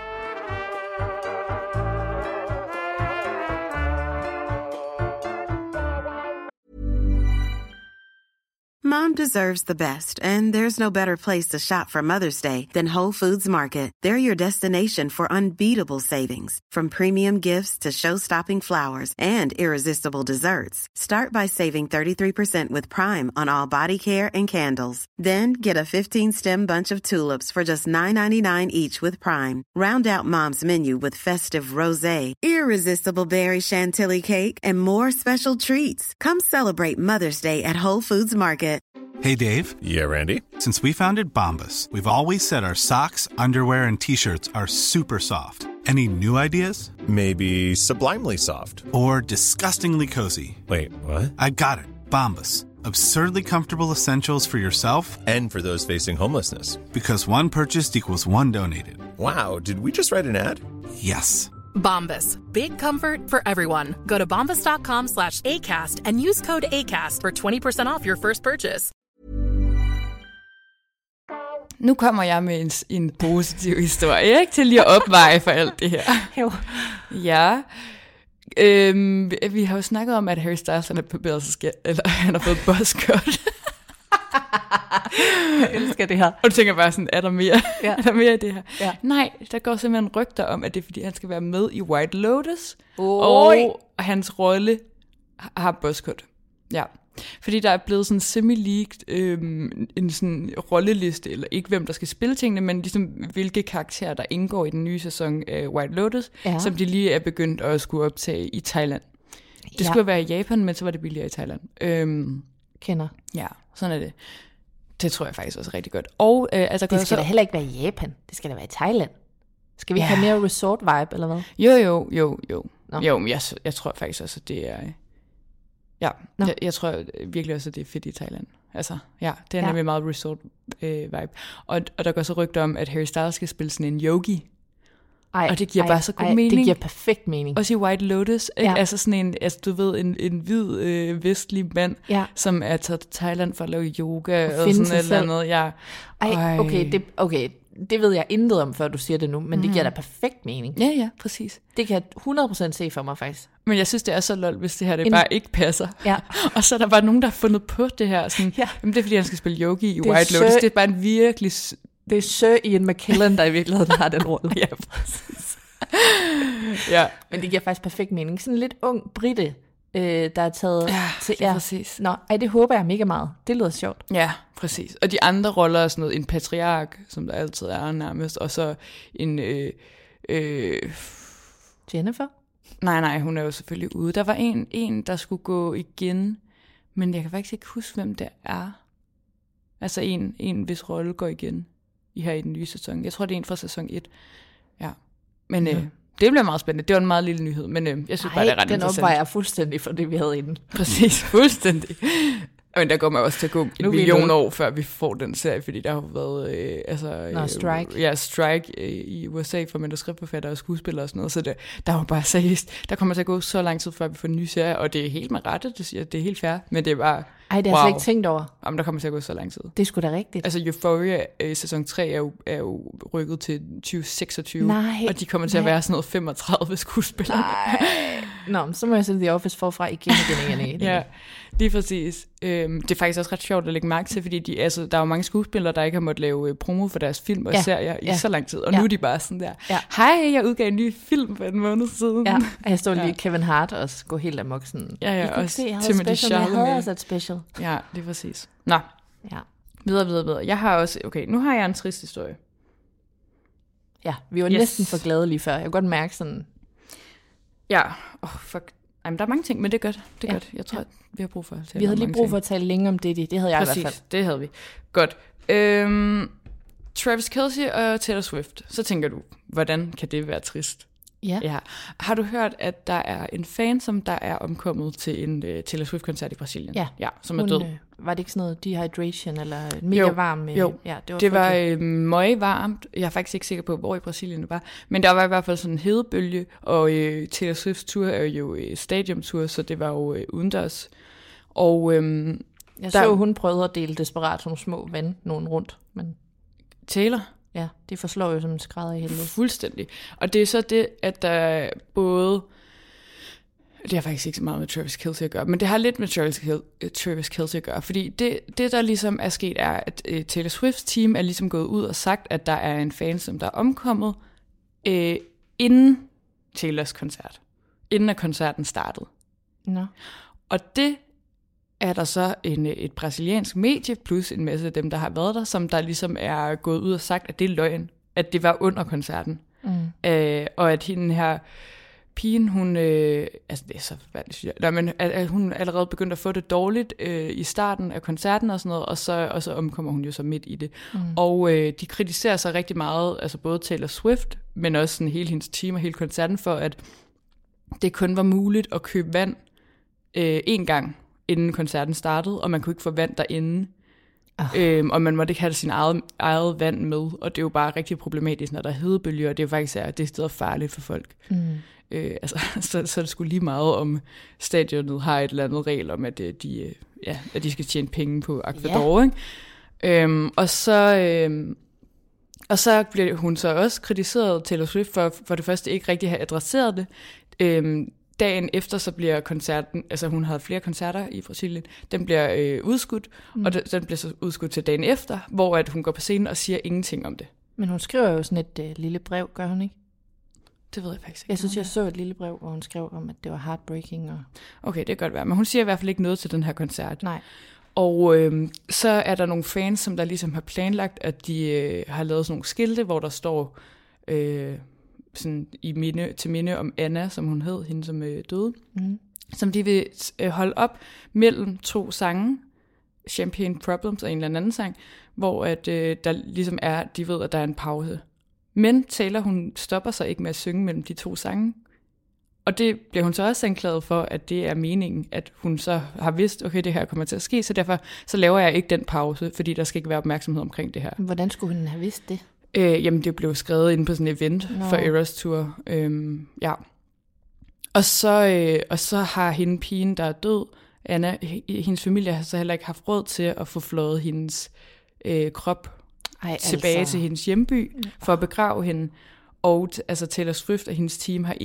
S1: Mom deserves the best, and there's no better place to shop for Mother's Day than Whole Foods Market. They're your destination for unbeatable savings, from premium gifts to show-stopping flowers and irresistible desserts. Start by saving 33% with Prime on all body care and candles. Then get a 15-stem bunch of tulips for just $9.99 each with Prime. Round out Mom's menu with festive rosé, irresistible berry chantilly cake, and more special treats. Come celebrate Mother's Day at Whole Foods Market.
S2: Hey, Dave.
S9: Yeah, Randy.
S2: Since we founded Bombas, we've always said our socks, underwear, and T-shirts are super soft. Any new ideas?
S9: Maybe sublimely soft.
S2: Or disgustingly cozy.
S9: Wait, what?
S2: I got it. Bombas. Absurdly comfortable essentials for yourself
S9: and for those facing homelessness.
S2: Because one purchased equals one donated.
S9: Wow, did we just write an ad?
S2: Yes.
S4: Bombas. Big comfort for everyone. Go to bombas.com/ACAST and use code ACAST for 20% off your first purchase.
S8: Nu kommer jeg med en positiv historie, ikke? Til lige at opveje for alt det her.
S7: Jo.
S8: Ja. Vi har jo snakket om, at Harry Styles han har fået et buzzcut.
S7: Jeg elsker det her.
S8: Og du tænker bare sådan, er der mere?
S7: Ja.
S8: Er der mere i det her?
S7: Ja.
S8: Nej, der går simpelthen rygter om, at det er fordi, han skal være med i White Lotus.
S7: Og
S8: hans rolle har buzzcut. Ja. Fordi der er blevet sådan semi-leaked en sådan rolleliste, eller ikke hvem der skal spille tingene, men ligesom hvilke karakterer der indgår i den nye sæson af White Lotus, som de lige er begyndt at skulle optage i Thailand. Det skulle være i Japan, men så var det billigere i Thailand.
S7: Kender.
S8: Ja, sådan er det. Det tror jeg faktisk også rigtig godt. Og altså
S7: det skal da heller ikke være i Japan. Det skal da være i Thailand. Skal vi have mere resort vibe, eller hvad?
S8: Jo. Jo, men jeg tror faktisk også, at det er... Ja, jeg tror virkelig også, at det er fedt i Thailand. Altså, ja, det er nemlig meget resort vibe. Og der går så rygter om, at Harry Styles skal spille sådan en yogi. Og det giver bare så god mening.
S7: Det giver perfekt mening.
S8: Også i White Lotus. Ja. Altså sådan en, altså du ved, en hvid vestlig mand, som er taget til Thailand for at lave yoga og sådan et eller andet. Ja.
S7: Okay, det ved jeg intet om, før du siger det nu, men det giver da perfekt mening.
S8: Ja, præcis.
S7: Det kan jeg 100% se for mig, faktisk.
S8: Men jeg synes, det er så lol, hvis det her det bare ikke passer.
S7: Ja.
S8: Og så er der bare nogen, der har fundet på det her. Sådan, jamen, det er, fordi han skal spille yogi i White Lotus. Det er bare en virkelig...
S7: Det er Sir Ian McKellen, der i virkeligheden har den rolle.
S8: Ja, præcis. Ja.
S7: Men det giver faktisk perfekt mening. Sådan en lidt ung brite, der er taget til...
S8: Ja, præcis.
S7: Nå, det håber jeg mega meget. Det lyder sjovt.
S8: Ja, præcis. Og de andre roller er sådan noget, en patriark, som der altid er nærmest, og så en...
S7: Jennifer?
S8: Nej, hun er jo selvfølgelig ude. Der var en, der skulle gå igen, men jeg kan faktisk ikke huske, hvem det er. Altså en hvis rolle går igen her i den nye sæson. Jeg tror, det er en fra sæson 1. Ja. Men det bliver meget spændende. Det var en meget lille nyhed, men jeg synes bare, det er ret
S7: den
S8: interessant.
S7: Den opvejer fuldstændig for det, vi havde inden.
S8: Præcis, fuldstændig. Men der går man også til at gå en million år, før vi får den serie, fordi der har været
S7: strike.
S8: Ja, strike i USA for manuskriptforfattere og skuespillere og sådan noget, så der var bare seriøst. Der kommer til at gå så lang tid, før vi får en ny serie, og det er helt med rette, det er helt fair, men det er bare...
S7: Ej, det har jeg slet ikke tænkt over.
S8: Jamen, der kommer til at gå så lang tid.
S7: Det er sgu da rigtigt.
S8: Altså, Euphoria sæson 3 er jo rykket til 2026,
S7: nej,
S8: og de kommer til at være sådan noget 35 skuespillere.
S7: Nå, så må jeg sætte The Office forfra igen.
S8: Ja, lige præcis. Det er faktisk også ret sjovt at lægge mærke til, fordi der er jo mange skuespillere, der ikke har måttet lave promo for deres film og serier i så lang tid, og nu er de bare sådan der, hej, jeg udgav en ny film for en måned siden.
S7: Ja, og jeg står lige Kevin Hart og går helt amok sådan.
S8: Ja, også Timothy
S7: Chalamet. Jeg havde også et special.
S8: Ja, det er præcis. Nå, videre. Jeg har også, nu har jeg en trist historie.
S7: Ja, vi var næsten for glade lige før. Jeg kan godt mærke sådan...
S8: Ja, fuck. Ej, men der er mange ting, men det er godt. Det er godt. Jeg tror, at vi har brug for at tale.
S7: Vi havde lige brug for at tale længe om det. Det havde jeg i hvert fald.
S8: Det havde vi. Godt. Travis Kelce og Taylor Swift. Så tænker du, hvordan kan det være trist? Ja. Har du hørt, at der er en fan, som der er omkommet til en Taylor Swift-koncert i Brasilien?
S7: Ja,
S8: som er død.
S7: Var det ikke sådan noget dehydration, eller mega varm?
S8: Jo,
S7: ja,
S8: det var møgvarmt. Jeg er faktisk ikke sikker på, hvor i Brasilien det var. Men der var i hvert fald sådan en hedebølge, og Taylor Swift's tour er jo stadiumtur, så det var jo udendørs. Og
S7: jeg så, hun prøvede at dele desperat nogle små vand nogen rundt. Men
S8: Taylor?
S7: Ja, det forslår jo som en skrædder i helvede.
S8: Fuldstændig. Og det er så det, at der både... Det har faktisk ikke så meget med Travis Kelce at gøre, men det har lidt med Travis Kelce at gøre, fordi det der ligesom er sket, er, at Taylor Swifts team er ligesom gået ud og sagt, at der er en fan, som der er omkommet inden Taylors koncert. Inden at koncerten startede.
S7: Nå.
S8: Og det er der så et brasiliansk medie, plus en masse af dem, der har været der, som der ligesom er gået ud og sagt, at det er løgn, at det var under koncerten. Og at hende her pigen, hun, altså det er så forfærdeligt, synes jeg, men at hun allerede begyndte at få det dårligt i starten af koncerten og sådan noget, og så omkommer hun jo så midt i det. Og de kritiserer sig rigtig meget, altså både Taylor Swift, men også sådan hele hendes team og hele koncerten, for at det kun var muligt at købe vand en gang, inden koncerten startede, og man kunne ikke få vand derinde. Og man måtte ikke have sin eget vand med, og det er jo bare rigtig problematisk, når der er hedebølger, og det er jo faktisk det er stadig farligt for folk. Så er det sgu lige meget, om stadionet har et eller andet regel om, at de skal tjene penge på Aquador, ikke? Og så bliver hun så også kritiseret, Taylor Swift, for det første ikke rigtig have adresseret det. Dagen efter, så bliver koncerten, altså hun havde flere koncerter i Brasilien, den bliver udskudt, og den bliver så udskudt til dagen efter, hvor at hun går på scenen og siger ingenting om det.
S7: Men hun skriver jo sådan et lille brev, gør hun ikke?
S8: Det ved jeg faktisk ikke.
S7: Jeg synes, jeg så et lille brev, hvor hun skrev om, at det var heartbreaking. Okay,
S8: det kan godt være, men hun siger i hvert fald ikke noget til den her koncert.
S7: Nej.
S8: Og så er der nogle fans, som der ligesom har planlagt, at de har lavet sådan nogle skilte, hvor der står... sådan til minde om Anna, som hun hed, hende som døde, som de vil holde op mellem 2 sange, Champagne Problems og en eller anden sang, hvor at, der ligesom er, de ved, at der er en pause. Men Taylor, hun stopper sig ikke med at synge mellem de 2 sange. Og det bliver hun så også anklaget for, at det er meningen, at hun så har vidst, okay, det her kommer til at ske, så derfor så laver jeg ikke den pause, fordi der skal ikke være opmærksomhed omkring det her.
S7: Hvordan skulle hun have vidst det?
S8: Jamen, det blev skrevet inde på sådan et event for Eras Tour. Ja. Og så har hende pigen, der er død, Anna, hendes familie har så heller ikke haft råd til at få flået hendes krop tilbage til hendes hjemby for at begrave hende. Og altså Taylor Swift og hendes team har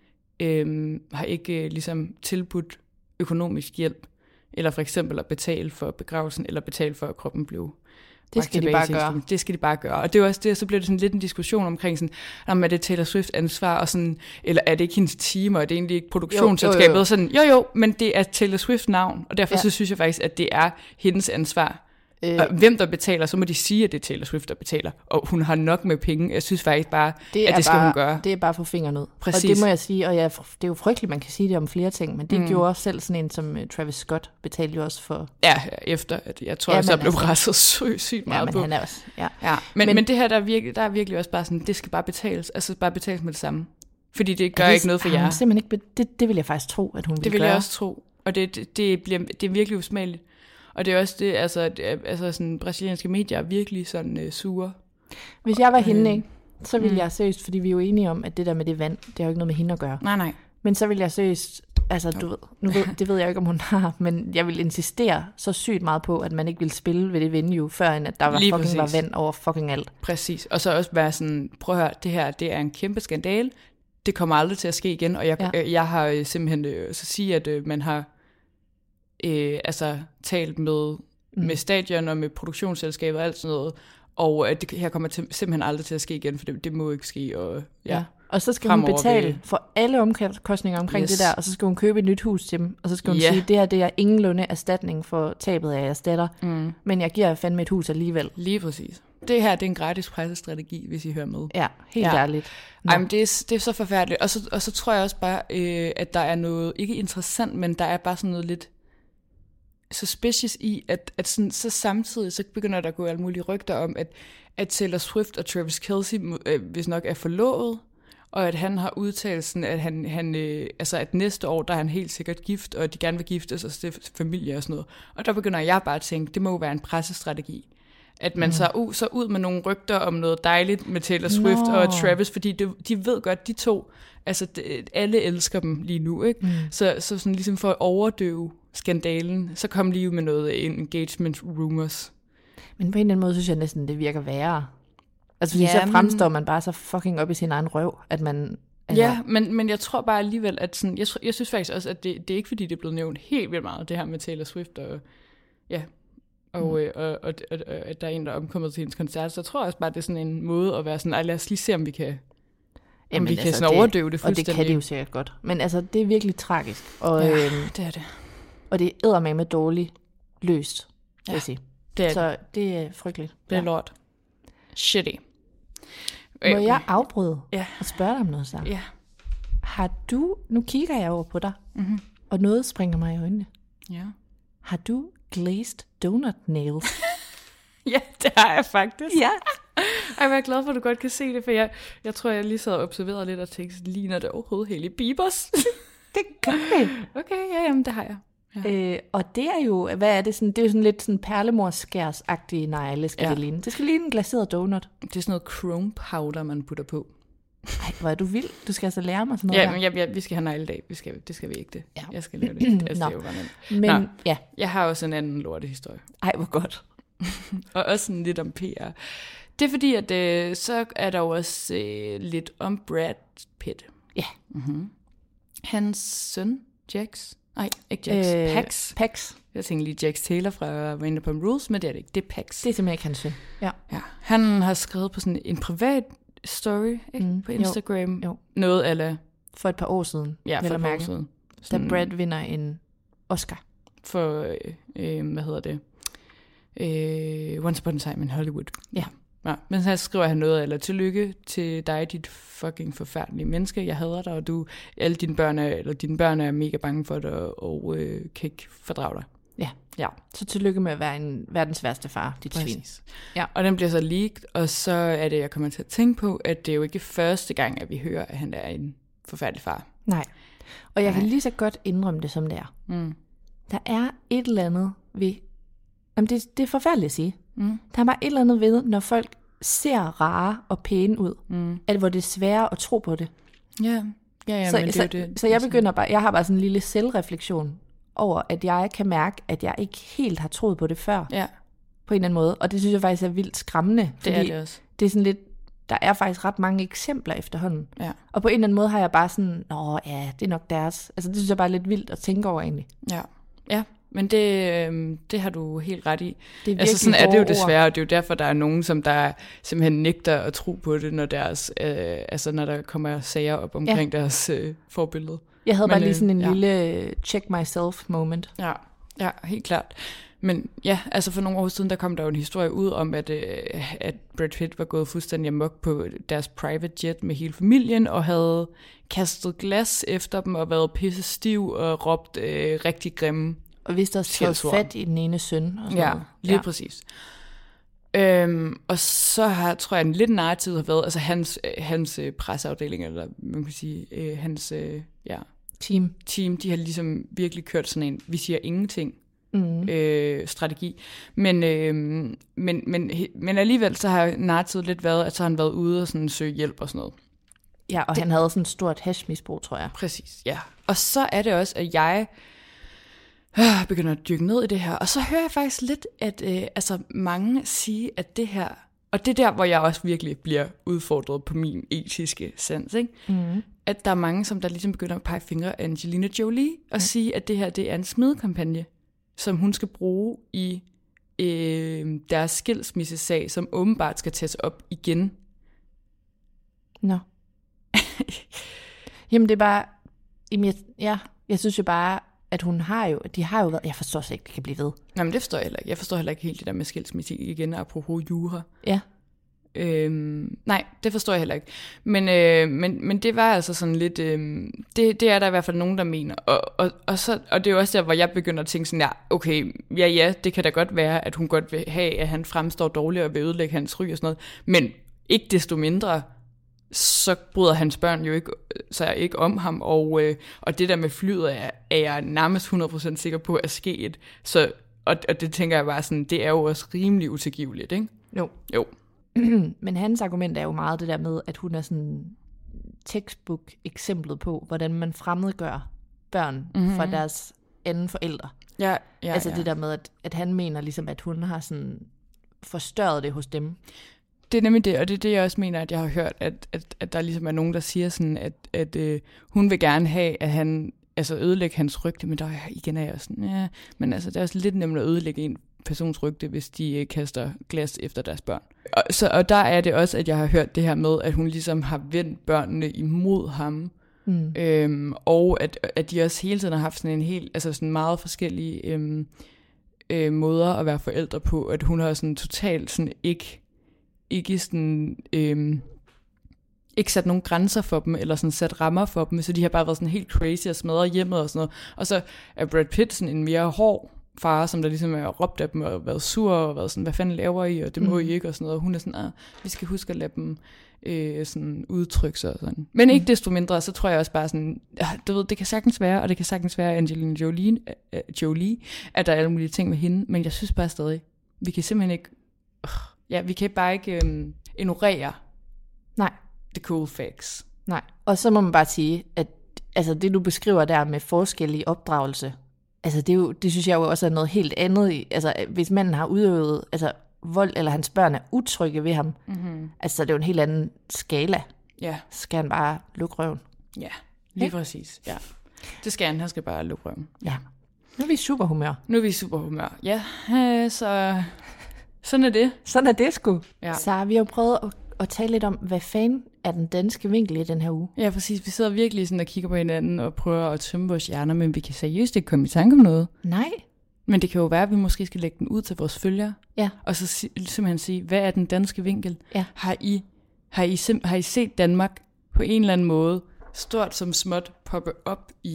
S8: ikke ligesom tilbudt økonomisk hjælp, eller for eksempel at betale for begravelsen, eller betale for, at kroppen blev...
S7: Det skal de bare gøre.
S8: Det skal de bare gøre. Og det er også det, så bliver det sådan lidt en diskussion omkring sådan, om er det Taylor Swift ansvar, og sådan, eller er det ikke hendes team, og er det egentlig ikke produktionsselskabet? Jo. Sådan, jo, men det er Taylor Swift navn, og derfor så synes jeg faktisk, at det er hendes ansvar. Og hvem der betaler, så må de sige, at det er Taylor Swift, der betaler. Og hun har nok med penge. Jeg synes faktisk bare, at det skal hun gøre.
S7: Det er bare for fingeren ud.
S8: Præcis.
S7: Og det må jeg sige, og det er jo frygteligt, man kan sige det om flere ting, men det gjorde også selv sådan en som Travis Scott, betalte jo også for...
S8: Ja, efter at jeg tror også, jeg blev presset sygt meget på.
S7: Han er også...
S8: Men det her, der er virkelig også bare sådan, det skal bare betales. Altså bare betales med det samme. Fordi det gør ikke noget for jer.
S7: Simpelthen ikke, det vil jeg faktisk tro, at hun vil gøre.
S8: Det vil jeg også tro. Og det er virkelig usmageligt. Og det er også det, altså sådan, brasilianske medier er virkelig sådan sure.
S7: Hvis jeg var hende, ikke, så ville jeg seriøst, fordi vi er jo enige om, at det der med det vand, det har jo ikke noget med hende at gøre.
S8: Nej.
S7: Men så vil jeg seriøst, altså du ved, det ved jeg ikke, om hun har, men jeg vil insistere så sygt meget på, at man ikke vil spille ved det venue, før end at der var vand over fucking alt.
S8: Præcis, og så også være sådan, prøv at høre, det her, det er en kæmpe skandale, det kommer aldrig til at ske igen, og jeg har simpelthen så sige, at man har talt med stadion og med produktionsselskaber og alt sådan noget, og at det her kommer simpelthen aldrig til at ske igen, for det må ikke ske.
S7: Og så skal hun betale for alle omkostninger omkring det der, og så skal hun købe et nyt hus til dem, og så skal hun sige, det her det er ingenlunde erstatning for tabet af jeres datter, men jeg giver fandme et hus alligevel.
S8: Lige præcis. Det her, det er en gratis pressestrategi, hvis I hører med.
S7: Ja, helt ærligt.
S8: Ej, men det er så forfærdeligt. Og så tror jeg også bare, at der er noget, ikke interessant, men der er bare sådan noget lidt suspicious i, at sådan, så samtidig så begynder der at gå alle mulige rygter om, at Taylor Swift og Travis Kelce hvis nok er forlovet, og at han har udtalt sådan, at han altså at næste år, der er han helt sikkert gift, og at de gerne vil giftes og stifte familie og sådan noget. Og der begynder jeg bare at tænke, det må jo være en pressestrategi. At man så ud med nogle rygter om noget dejligt med Taylor Swift og Travis, fordi de ved godt, de to, altså alle elsker dem lige nu, ikke? Så sådan ligesom for at overdøve skandalen, så kom lige med noget engagement rumors.
S7: Men på en eller anden måde synes jeg næsten, det virker værre. Altså fordi så fremstår man bare så fucking op i sin egen røv, at man...
S8: Ja, men jeg tror bare alligevel, at sådan, jeg synes faktisk også, at det er ikke fordi, det er blevet nævnt helt vildt meget, det her med Taylor Swift og at der er en, der er omkommet til hendes koncert. Så jeg tror også bare, det er sådan en måde at være sådan, lad os lige se, om vi kan, kan sådan overdøve det fuldstændig.
S7: Og det kan det jo sikkert godt. Men altså, det er virkelig tragisk. Og,
S8: det er det.
S7: Og det er eddermame dårligt løst, vil jeg sige. Så det er frygteligt.
S8: Det er lort. Shitty.
S7: Må jeg afbryde og spørge dig om noget, Sarah?
S8: Ja.
S7: Har du, nu kigger jeg over på dig, og noget springer mig i øjnene.
S8: Ja.
S7: Har du glazed donut nails?
S8: Ja, det har jeg faktisk.
S7: Ja.
S8: Jeg er glad for, at du godt kan se det, for jeg tror, jeg lige sad og observerede lidt og tænkte, ligner det overhovedet Hailey Biebers?
S7: Det gør det.
S8: Okay, jamen det har jeg. Ja.
S7: Og det er jo, hvad er det sådan? Det er jo sådan lidt sådan perlemorskærs-agtige negle, skal det ligne. Det skal ligne en glaseret donut.
S8: Det er sådan noget chrome powder, man putter på.
S7: Ej, hvor er du vild. Du skal altså lære mig sådan noget.
S8: Ja, men vi skal have negledag. Det skal vi ikke det. Ja. Jeg skal lave det. Altså, det er jo bare nemt.
S7: Men ja.
S8: Jeg har også en anden lortehistorie.
S7: Ej, hvor godt.
S8: Og også sådan lidt om PR. Det er fordi, at så er der jo også lidt om Brad Pitt.
S7: Ja.
S8: Mm-hmm. Hans søn, Jax. Nej, ikke Jax.
S7: Pax.
S8: Jeg tænkte lige Jax Taylor fra Vanderpump Rules, men det er det ikke. Det er Pax.
S7: Det er simpelthen ikke hans søn. Ja.
S8: Han har skrevet på sådan en privat story på Instagram.
S7: Jo.
S8: Noget eller
S7: for et par år siden.
S8: Ja, for et par år siden.
S7: Da Brad vinder en Oscar.
S8: For, hvad hedder det? Once Upon a Time in Hollywood.
S7: Ja.
S8: Men så skriver han noget, eller tillykke til dig, dit fucking forfærdelige menneske. Jeg hader dig, og alle dine børn er mega bange for dig, og kan ikke fordrage dig.
S7: Ja. Så tillykke med at være en verdens værste far, dit svin.
S8: Ja, og den bliver så leaked, og så er det, jeg kommer til at tænke på, at det er jo ikke første gang, at vi hører, at han er en forfærdelig far.
S7: Nej. Og jeg kan lige så godt indrømme det, som det er. Der er et eller andet ved... Jamen, det er forfærdeligt at sige. Der er bare et eller andet ved, når folk ser rare og pæne ud, at hvor det er sværere at tro på det.
S8: Ja, men det er det.
S7: Så jeg begynder bare... Jeg har bare sådan en lille selvreflektion over, at jeg kan mærke, at jeg ikke helt har troet på det før.
S8: Ja.
S7: På en eller anden måde. Og det synes jeg faktisk er vildt skræmmende.
S8: Det er det også.
S7: Det er sådan lidt... Der er faktisk ret mange eksempler efterhånden.
S8: Ja.
S7: Og på en eller anden måde har jeg bare sådan... Nå ja, det er nok deres. Altså det synes jeg bare er lidt vildt at tænke over egentlig.
S8: Ja. Men det har du helt ret i.
S7: Det er
S8: altså sådan er det jo desværre, og det er jo derfor, der er nogen, som der simpelthen nægter at tro på det, når deres, når der kommer sager op omkring deres forbillede.
S7: Jeg havde bare lige sådan en lille check myself moment.
S8: Ja, helt klart. Men ja, altså for nogle år siden, der kom der jo en historie ud om, at Brad Pitt var gået fuldstændig amok på deres private jet med hele familien, og havde kastet glas efter dem, og været pisse stiv og råbt rigtig grimme.
S7: Og vist også taget fat i den ene søn. Og
S8: sådan lige præcis. Og så tror jeg, en lidt narrativ har været, altså hans presseafdeling, eller man kan sige, hans team, de har ligesom virkelig kørt sådan en, vi siger ingenting, strategi. Men alligevel så har narrativet lidt været, at så har han været ude og sådan søge hjælp og sådan noget.
S7: Ja, og han havde sådan et stort hashmisbrug, tror jeg.
S8: Præcis, ja. Og så er det også, at jeg begynder at dykke ned i det her, og så hører jeg faktisk lidt, at mange sige, at det her, og det er der, hvor jeg også virkelig bliver udfordret på min etiske sans, ikke? At der er mange, som der ligesom begynder at pege fingre af Angelina Jolie, og sige, at det her, det er en smidekampagne, som hun skal bruge i deres skilsmissesag, som åbenbart skal tages op igen.
S7: Nå. Jamen det er bare, jeg synes jo bare, at de har jo været, jeg forstår så ikke, det kan blive ved.
S8: Nej, men det forstår jeg heller ikke. Jeg forstår heller ikke helt det der med skilsmisse igen, apropos jura.
S7: Ja.
S8: Nej, det forstår jeg heller ikke. Men det var altså sådan lidt, det er der i hvert fald nogen, der mener. Og det er jo også der, hvor jeg begynder at tænke sådan, ja, det kan da godt være, at hun godt vil have, at han fremstår dårligt og vil ødelægge hans ry og sådan noget. Men ikke desto mindre, så bryder hans børn jo ikke om ham, og det der med flyet er jeg nærmest 100% sikker på er sket. Så, og det tænker jeg bare sådan, det er jo også rimelig utilgiveligt, ikke? Jo.
S7: Men hans argument er jo meget det der med, at hun er sådan textbook-eksemplet på, hvordan man fremmedgør børn fra deres anden forældre.
S8: Ja,
S7: altså det der med, at han mener ligesom, at hun har sådan forstørret det hos dem.
S8: Det er nemlig det, og det er det, jeg også mener, at jeg har hørt, at der ligesom er nogen, der siger sådan, at hun vil gerne have, at han ødelægge hans rygte, men der igen er jeg sådan, ja, men altså det er også lidt nemmere at ødelægge en persons rygte, hvis de kaster glas efter deres børn. Og der er det også, at jeg har hørt det her med, at hun ligesom har vendt børnene imod ham, og at de også hele tiden har haft sådan en helt, altså sådan meget forskellige måder at være forældre på, at hun har sådan totalt sådan ikke sådan ikke sat nogen grænser for dem, eller sådan sat rammer for dem, så de har bare været sådan helt crazy og smadret hjemmet og sådan noget. Og så er Brad Pitt sådan en mere hård far, som der ligesom er råbt af dem og været sur og været sådan, hvad fanden laver I, og det må I ikke og sådan noget. Og hun er sådan, vi skal huske at lade dem sådan udtrykke sig og sådan. Men ikke desto mindre, så tror jeg også bare sådan, du ved, det kan sagtens være, og det kan sagtens være Angelina Jolie, at der er alle mulige ting med hende, men jeg synes bare stadig, vi kan simpelthen ikke, vi kan bare ikke ignorere the cool facts.
S7: Nej, og så må man bare sige, at altså det du beskriver der med forskel i opdragelse, altså det synes jeg jo også er noget helt andet. Altså hvis manden har udøvet vold, eller hans børn er utrygge ved ham, altså det er jo en helt anden skala.
S8: Ja. Så
S7: skal han bare lukke røven.
S8: Ja, lige præcis. Ja. Det skal han skal bare lukke røven.
S7: Ja. Nu er vi i superhumør. Ja, så sådan er det. Sådan er det sgu.
S8: Ja.
S7: Så vi har prøvet at tale lidt om, hvad fanden er den danske vinkel i den her uge.
S8: Ja, præcis. Vi sidder virkelig sådan og kigger på hinanden og prøver at tømme vores hjerner, men vi kan seriøst ikke komme i tanke om noget.
S7: Nej.
S8: Men det kan jo være, at vi måske skal lægge den ud til vores følgere.
S7: Ja.
S8: Og så simpelthen sige, hvad er den danske vinkel?
S7: Ja.
S8: Har I set Danmark på en eller anden måde, stort som småt, poppe op i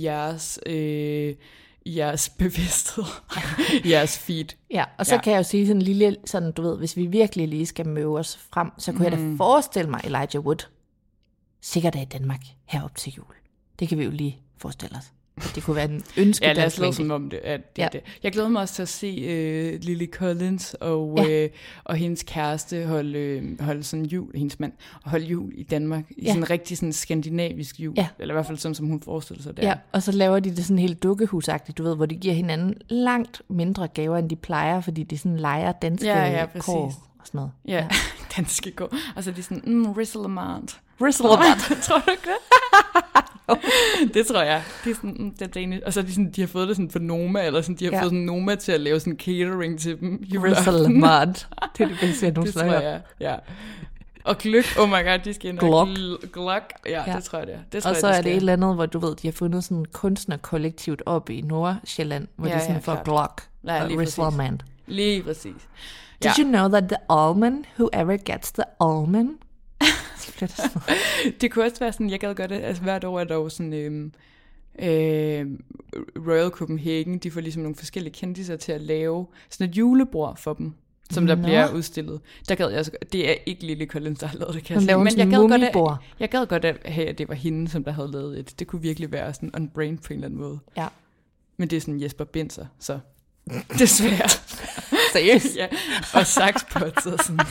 S8: jeres bevidsthed, jeres feed.
S7: Ja, og så kan jeg jo sige sådan en lille, sådan du ved, hvis vi virkelig lige skal møde os frem, så kunne jeg da forestille mig Elijah Wood. Sikkert er i Danmark herop til jul. Det kan vi jo lige forestille os. Det kunne være en ønske.
S8: Ja, lad os lade som om det er det. Jeg glæder mig også til at se Lily Collins og hendes kæreste holde sådan jul, hendes mand, og holde jul i Danmark, i sådan en rigtig sådan skandinavisk jul, eller i hvert fald sådan, som hun forestiller sig der.
S7: Ja, og så laver de det sådan helt dukkehusagtigt, du ved, hvor de giver hinanden langt mindre gaver, end de plejer, fordi de sådan leger danske kår og sådan noget.
S8: Ja, danske kår. Og så er de sådan, Risselamant. Tror du ikke det? Det tror jeg. Det er sådan, det er danish. Og så er de sådan, de har fået det sådan for Noma, eller sådan, de har fået sådan Noma til at lave sådan catering til dem.
S7: Risselamant. Det er det bedste, jeg nogensinde
S8: har hørt. Ja. Og gløk, oh my god, de skal ind og glok. Ja, det tror jeg det er.
S7: Og så er det et eller andet, hvor du ved, de har fundet sådan kunstnerkollektivt op i Nordsjælland, hvor de sådan får glok og Risselamant.
S8: Lige præcis.
S7: Did you know that the almond, whoever gets the almond?
S8: Det kunne også være sådan, jeg gad godt, altså hvert år er der jo sådan Royal Copenhagen, de får ligesom nogle forskellige kendiser til at lave sådan et julebord for dem, som der bliver udstillet. Der gad jeg også, det er ikke Lily Collins, der har lavet det, kan jeg sige. Men jeg gad godt at have, at det var hende, som der havde lavet det. Det kunne virkelig være sådan on brand på en eller anden måde.
S7: Ja.
S8: Men det er sådan Jesper Binzer, så desværre.
S7: Seriøst?
S8: Ja, og saxpots og sådan.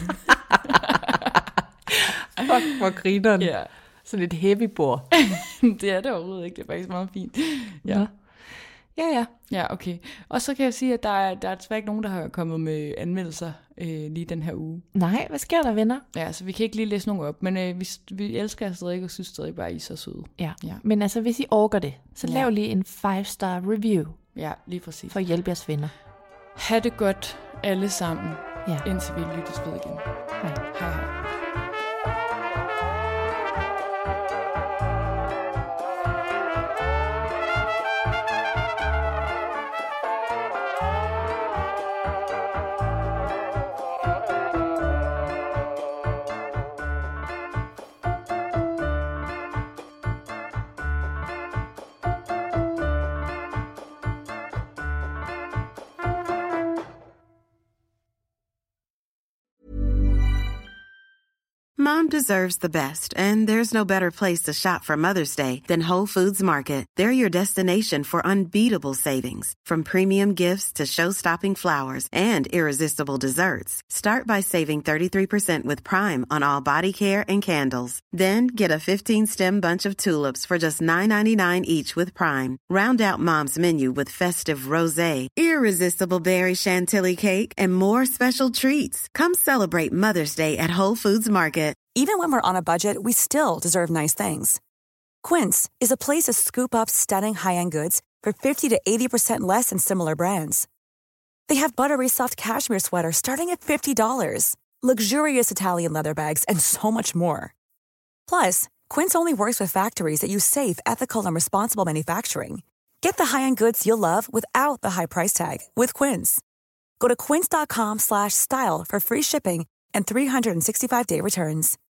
S7: Fuck, hvor grineren.
S8: Ja.
S7: Sådan et heavy bord.
S8: Det er det overhovedet ikke. Det er faktisk meget fint. Ja. Ja, okay. Og så kan jeg sige, at der er desværre ikke nogen, der har kommet med anmeldelser lige den her uge.
S7: Nej, hvad sker der, venner?
S8: Ja, så vi kan ikke lige læse nogen op, men vi elsker jer stadig og synes stadig bare, I er så søde.
S7: Ja, men altså hvis I orker det, så lav lige en 5-star review.
S8: Ja, lige præcis.
S7: For at hjælpe jeres venner.
S8: Ha' det godt alle sammen, indtil vi lyttes ved igen.
S7: Hej.
S8: Hej.
S1: Mom deserves the best, and there's no better place to shop for Mother's Day than Whole Foods Market. They're your destination for unbeatable savings, from premium gifts to show-stopping flowers and irresistible desserts. Start by saving 33% with Prime on all body care and candles. Then get a 15-stem bunch of tulips for just $9.99 each with Prime. Round out Mom's menu with festive rosé, irresistible berry chantilly cake, and more special treats. Come celebrate Mother's Day at Whole Foods Market.
S10: Even when we're on a budget, we still deserve nice things. Quince is a place to scoop up stunning high-end goods for 50 to 80% less than similar brands. They have buttery soft cashmere sweaters starting at $50, luxurious Italian leather bags, and so much more. Plus, Quince only works with factories that use safe, ethical, and responsible manufacturing. Get the high-end goods you'll love without the high price tag with Quince. Go to quince.com/style for free shipping and 365-day returns.